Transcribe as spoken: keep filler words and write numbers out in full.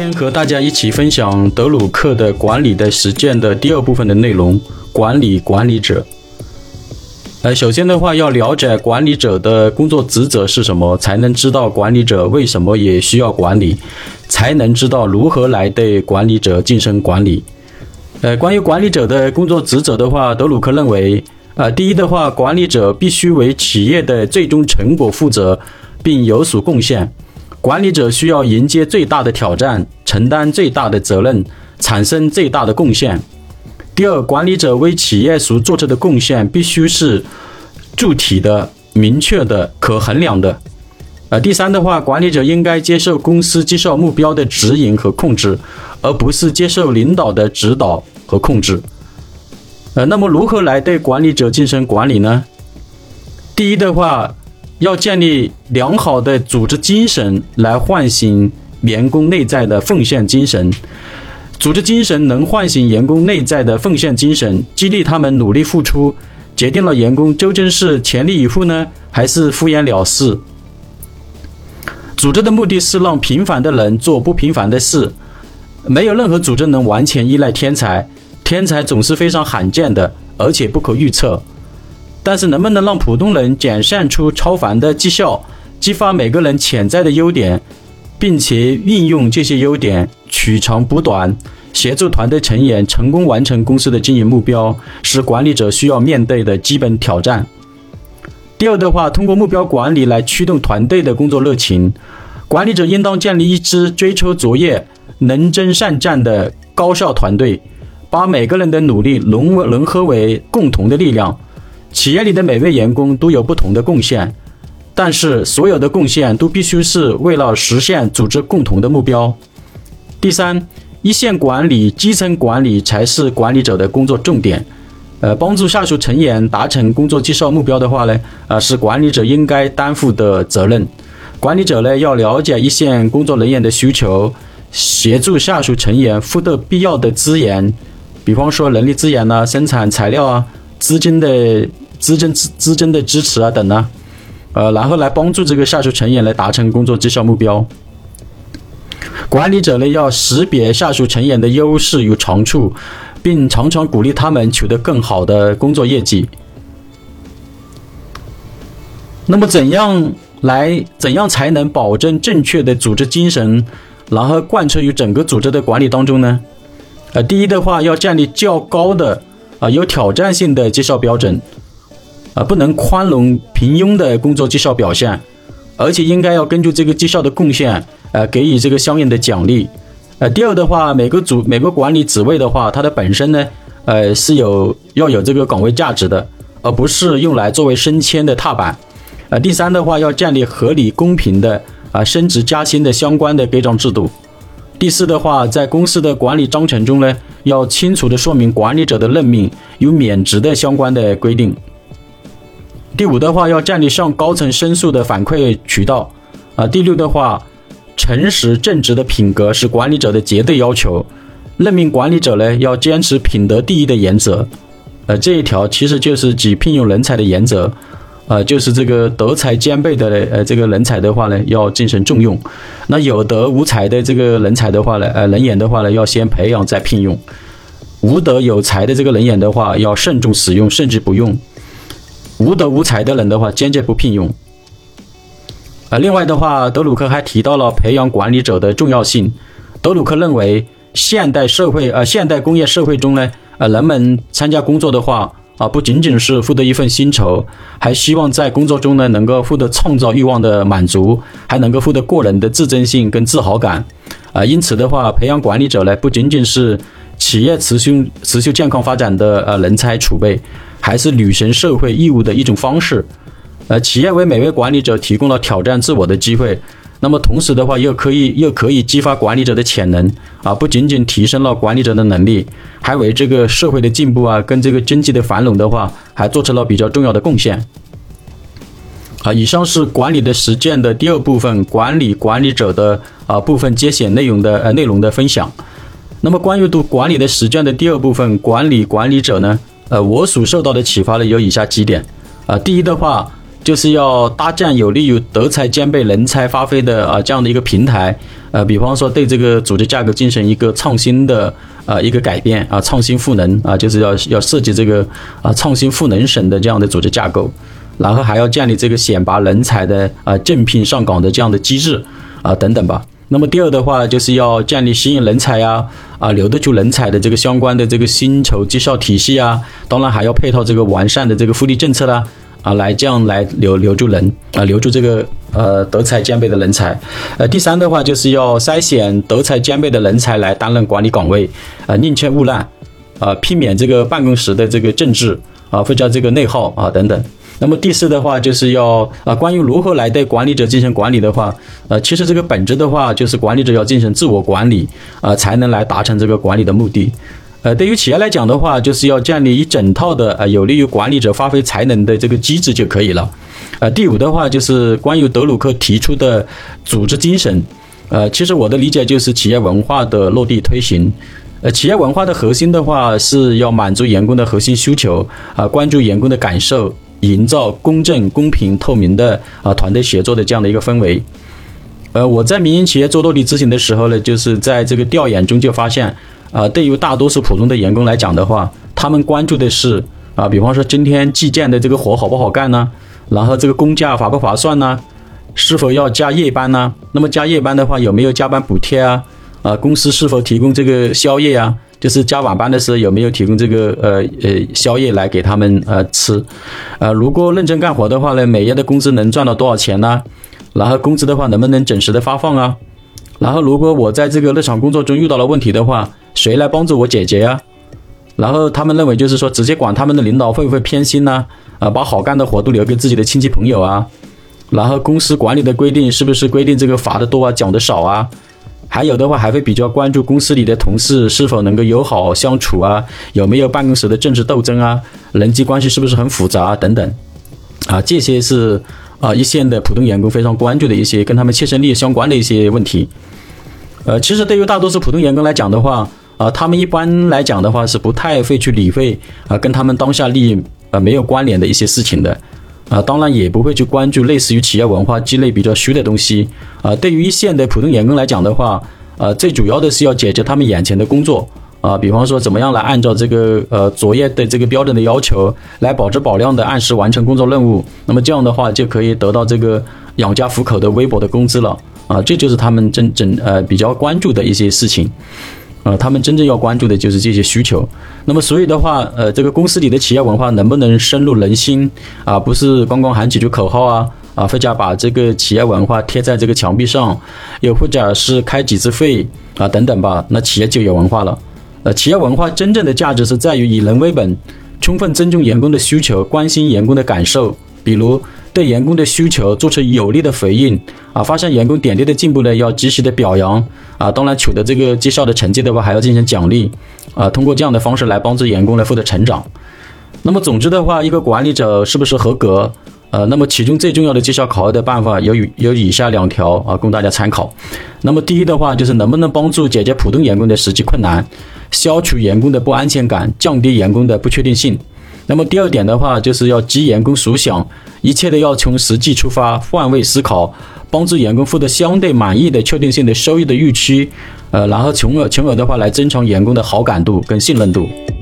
天和大家一起分享德鲁克的管理的实践的第二部分的内容，管理管理者。呃，首先的话，要了解管理者的工作职责是什么，才能知道管理者为什么也需要管理，才能知道如何来对管理者进行管理。呃，关于管理者的工作职责的话，德鲁克认为，呃，第一的话，管理者必须为企业的最终成果负责，并有所贡献。管理者需要迎接最大的挑战，承担最大的责任，产生最大的贡献。第二，管理者为企业所做出的贡献必须是具体的、明确的、可衡量的。呃，第三的话，管理者应该接受公司绩效目标的指引和控制，而不是接受领导的指导和控制。呃，那么如何来对管理者进行管理呢？第一的话，要建立良好的组织精神，来唤醒员工内在的奉献精神。组织精神能唤醒员工内在的奉献精神，激励他们努力付出，决定了员工究竟是全力以赴呢，还是敷衍了事。组织的目的是让平凡的人做不平凡的事。没有任何组织能完全依赖天才，天才总是非常罕见的，而且不可预测。但是能不能让普通人展现出超凡的绩效，激发每个人潜在的优点，并且运用这些优点取长补短，协助团队成员成功完成公司的经营目标，是管理者需要面对的基本挑战。第二的话，通过目标管理来驱动团队的工作热情。管理者应当建立一支追求卓越、能征善战的高效团队，把每个人的努力融融合为共同的力量。企业里的每位员工都有不同的贡献，但是所有的贡献都必须是为了实现组织共同的目标。第三，一线管理、基层管理才是管理者的工作重点。呃，帮助下属成员达成工作绩效目标的话呢，呃，是管理者应该担负的责任。管理者呢，要了解一线工作人员的需求，协助下属成员获得必要的资源，比方说人力资源啊、生产材料啊、资金的资金资金的支持啊等啊，呃，然后来帮助这个下属成员来达成工作绩效目标。管理者呢，要识别下属成员的优势与长处，并常常鼓励他们取得更好的工作业绩。那么怎样来怎样才能保证正确的组织精神，然后贯彻于整个组织的管理当中呢？呃，第一的话，要建立较高的啊、呃、有挑战性的绩效标准，啊、呃，不能宽容平庸的工作绩效表现，而且应该要根据这个绩效的贡献，呃，给予这个相应的奖励。呃，第二的话，每个组每个管理职位的话，它的本身呢，呃，是有要有这个岗位价值的，而不是用来作为升迁的踏板。呃，第三的话，要建立合理公平的啊、呃、升职加薪的相关的规章制度。第四的话，在公司的管理章程中呢，要清楚的说明管理者的任命有免职的相关的规定。第五的话，要建立向高层申诉的反馈渠道。啊、呃，第六的话，诚实正直的品格是管理者的绝对要求。任命管理者呢，要坚持品德第一的原则。呃，这一条其实就是指聘用人才的原则。呃，就是这个德才兼备的呃这个人才的话呢，要进行重用。那有德无才的这个人才的话呢，呃人员的话呢，要先培养再聘用。无德有才的这个人员的话，要慎重使用，甚至不用。无德无才的人的话，坚决不聘用。呃，另外的话，德鲁克还提到了培养管理者的重要性。德鲁克认为，现代社会呃现代工业社会中呢，呃人们参加工作的话。啊，不仅仅是获得一份薪酬，还希望在工作中呢能够获得创造欲望的满足，还能够获得个人的自尊心跟自豪感。啊，因此的话，培养管理者呢，不仅仅是企业持续持续健康发展的呃人才储备，还是履行社会义务的一种方式。呃，企业为每位管理者提供了挑战自我的机会。那么同时的话，又可以又可以激发管理者的潜能啊，不仅仅提升了管理者的能力，还为这个社会的进步啊，跟这个经济的繁荣的话，还做出了比较重要的贡献。啊，以上是管理的实践的第二部分，管理管理者的啊部分节选内容的呃内容的分享。那么关于读管理的实践的第二部分，管理管理者呢，呃，我所受到的启发呢有以下几点。啊，第一的话， 就是要搭建有利于德才兼备、人才发挥的啊这样的一个平台。呃，比方说对这个组织架构进行一个创新的呃一个改变啊，创新赋能啊，就是要要设计这个啊创新赋能省的这样的组织架构，然后还要建立这个选拔人才的啊正聘上岗的这样的机制啊等等吧。那么第二的话，就是要建立吸引人才呀啊留得住人才的这个相关的这个薪酬绩效体系啊，当然还要配套这个完善的这个福利政策啦。啊，来这样来留留住人啊，留住这个呃德才兼备的人才。呃，第三的话就是要筛选德才兼备的人才来担任管理岗位，啊，宁缺毋滥，啊，避免这个办公室的这个政治啊或者这个内耗啊等等。那么第四的话就是要啊，关于如何来对管理者进行管理的话，呃，其实这个本质的话就是管理者要进行自我管理啊，才能来达成这个管理的目的。呃，对于企业来讲的话，就是要建立一整套的呃有利于管理者发挥才能的这个机制就可以了。呃，第五的话就是关于德鲁克提出的组织精神，呃，其实我的理解就是企业文化的落地推行。呃，企业文化的核心的话是要满足员工的核心需求啊、呃，关注员工的感受，营造公正、公平、透明的啊、呃、团队协作的这样的一个氛围。呃，我在民营企业做落地执行的时候呢，就是在这个调研中就发现。啊、呃，对于大多数普通的员工来讲的话，他们关注的是啊、呃，比方说今天计件的这个活好不好干呢？然后这个工价划不划算呢？是否要加夜班呢？那么加夜班的话，有没有加班补贴啊？啊、呃，公司是否提供这个宵夜啊？就是加晚班的时候有没有提供这个呃呃宵夜来给他们呃吃？呃，如果认真干活的话呢，每月的工资能赚到多少钱呢？然后工资的话能不能准时的发放啊？然后如果我在这个日常工作中遇到了问题的话，谁来帮助我解决啊？然后他们认为就是说直接管他们的领导会不会偏心呢？啊，把好干的活都留给自己的亲戚朋友啊？然后公司管理的规定是不是规定这个罚的多啊，讲的少啊？还有的话还会比较关注公司里的同事是否能够友好相处啊，有没有办公室的政治斗争啊，人际关系是不是很复杂啊等等啊，这些是啊一线的普通员工非常关注的一些跟他们切身利益相关的一些问题。呃，其实对于大多数普通员工来讲的话，啊，他们一般来讲的话是不太会去理会啊跟他们当下利益呃没有关联的一些事情的，啊，当然也不会去关注类似于企业文化积累比较虚的东西。啊，对于一线的普通员工来讲的话，呃，最主要的是要解决他们眼前的工作，啊，比方说怎么样来按照这个呃作业的这个标准的要求，来保质保量的按时完成工作任务，那么这样的话就可以得到这个养家糊口的微薄的工资了。啊，这就是他们真正呃比较关注的一些事情，呃，他们真正要关注的就是这些需求。那么所以的话，呃，这个公司里的企业文化能不能深入人心啊？不是光光喊几句口号啊，啊，或者把这个企业文化贴在这个墙壁上，又或者是开几次会啊等等吧，那企业就有文化了。呃，企业文化真正的价值是在于以人为本，充分尊重员工的需求，关心员工的感受，比如对员工的需求做出有力的回应啊，发现员工点滴的进步呢，要及时的表扬啊，当然取得这个绩效的成绩的话，还要进行奖励啊，通过这样的方式来帮助员工来获得成长。那么总之的话，一个管理者是不是合格？呃，那么其中最重要的绩效考核的办法有有以下两条啊，供大家参考。那么第一的话，就是能不能帮助解决普通员工的实际困难，消除员工的不安全感，降低员工的不确定性。那么第二点的话，就是要激员工所想，一切都要从实际出发，换位思考，帮助员工获得相对满意的确定性的收益的预期，呃，然后从而从而的话来增强员工的好感度跟信任度。